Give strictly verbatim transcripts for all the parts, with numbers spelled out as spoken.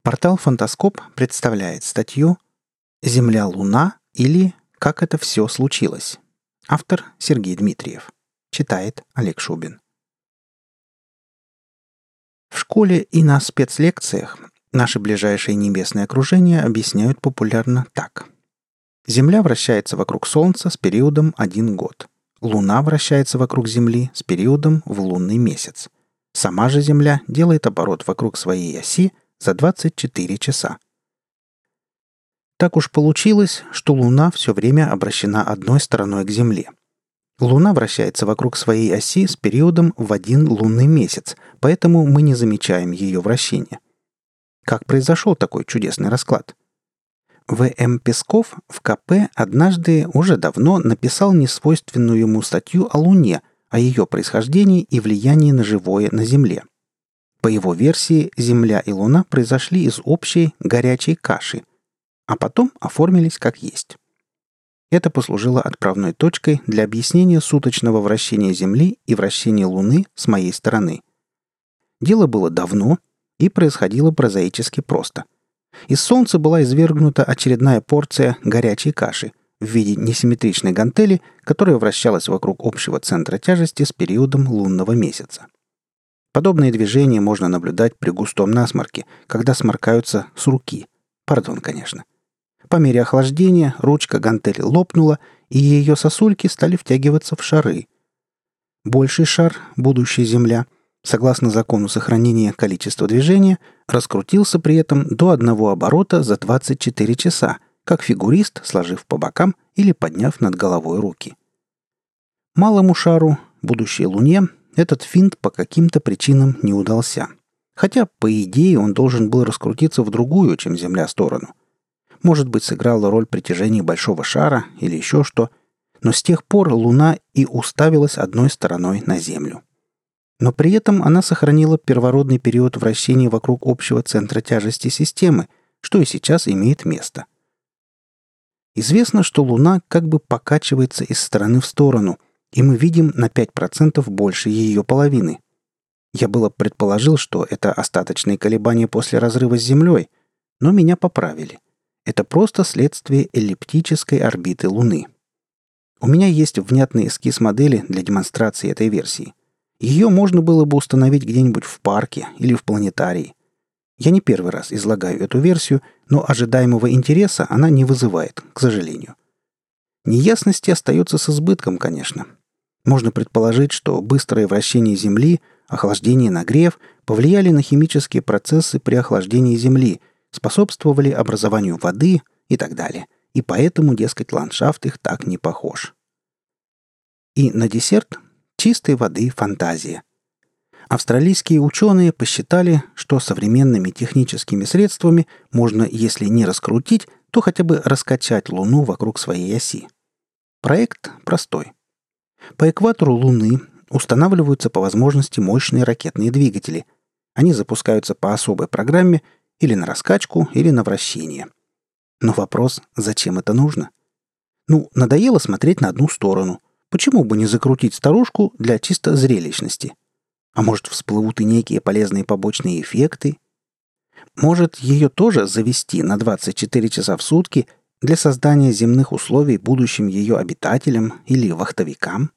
Портал «Фантаскоп» представляет статью «Земля-Луна» или «Как это все случилось». Автор Сергей Дмитриев. Читает Олег Шубин. В школе и на спецлекциях наше ближайшее небесное окружение объясняют популярно так. Земля вращается вокруг Солнца с периодом один год. Луна вращается вокруг Земли с периодом в лунный месяц. Сама же Земля делает оборот вокруг своей оси за двадцать четыре часа. Так уж получилось, что Луна все время обращена одной стороной к Земле. Луна вращается вокруг своей оси с периодом в один лунный месяц, поэтому мы не замечаем ее вращения. Как произошел такой чудесный расклад? В М Песков в ка пэ однажды уже давно написал несвойственную ему статью о Луне, о ее происхождении и влиянии на живое на Земле. По его версии, Земля и Луна произошли из общей горячей каши, а потом оформились как есть. Это послужило отправной точкой для объяснения суточного вращения Земли и вращения Луны с моей стороны. Дело было давно и происходило прозаически просто. Из Солнца была извергнута очередная порция горячей каши в виде несимметричной гантели, которая вращалась вокруг общего центра тяжести с периодом лунного месяца. Подобные движения можно наблюдать при густом насморке, когда сморкаются с руки. Пардон, конечно. По мере охлаждения ручка гантели лопнула, и ее сосульки стали втягиваться в шары. Больший шар, будущая Земля, согласно закону сохранения количества движения, раскрутился при этом до одного оборота за двадцать четыре часа, как фигурист, сложив по бокам или подняв над головой руки. Малому шару, будущей Луне, этот финт по каким-то причинам не удался. Хотя, по идее, он должен был раскрутиться в другую, чем Земля, сторону. Может быть, сыграла роль притяжения большого шара или еще что, но с тех пор Луна и уставилась одной стороной на Землю. Но при этом она сохранила первородный период вращения вокруг общего центра тяжести системы, что и сейчас имеет место. Известно, что Луна как бы покачивается из стороны в сторону, и мы видим на пять процентов больше ее половины. Я было предположил, что это остаточные колебания после разрыва с Землей, но меня поправили. Это просто следствие эллиптической орбиты Луны. У меня есть внятный эскиз модели для демонстрации этой версии. Ее можно было бы установить где-нибудь в парке или в планетарии. Я не первый раз излагаю эту версию, но ожидаемого интереса она не вызывает, к сожалению. Неясности остается с избытком, конечно. Можно предположить, что быстрое вращение Земли, охлаждение и нагрев повлияли на химические процессы при охлаждении Земли, способствовали образованию воды и так далее. И поэтому, дескать, ландшафт их так не похож. И на десерт чистой воды фантазия. Австралийские ученые посчитали, что современными техническими средствами можно, если не раскрутить, то хотя бы раскачать Луну вокруг своей оси. Проект простой. По экватору Луны устанавливаются по возможности мощные ракетные двигатели. Они запускаются по особой программе или на раскачку, или на вращение. Но вопрос, зачем это нужно? Ну, надоело смотреть на одну сторону. Почему бы не закрутить старушку для чисто зрелищности? А может, всплывут и некие полезные побочные эффекты? Может, ее тоже завести на двадцать четыре часа в сутки для создания земных условий будущим ее обитателям или вахтовикам?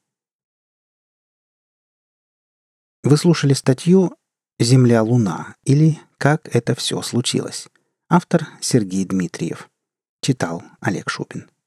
Вы слушали статью «Земля-Луна» или «Как это все случилось». Автор Сергей Дмитриев. Читал Олег Шубин.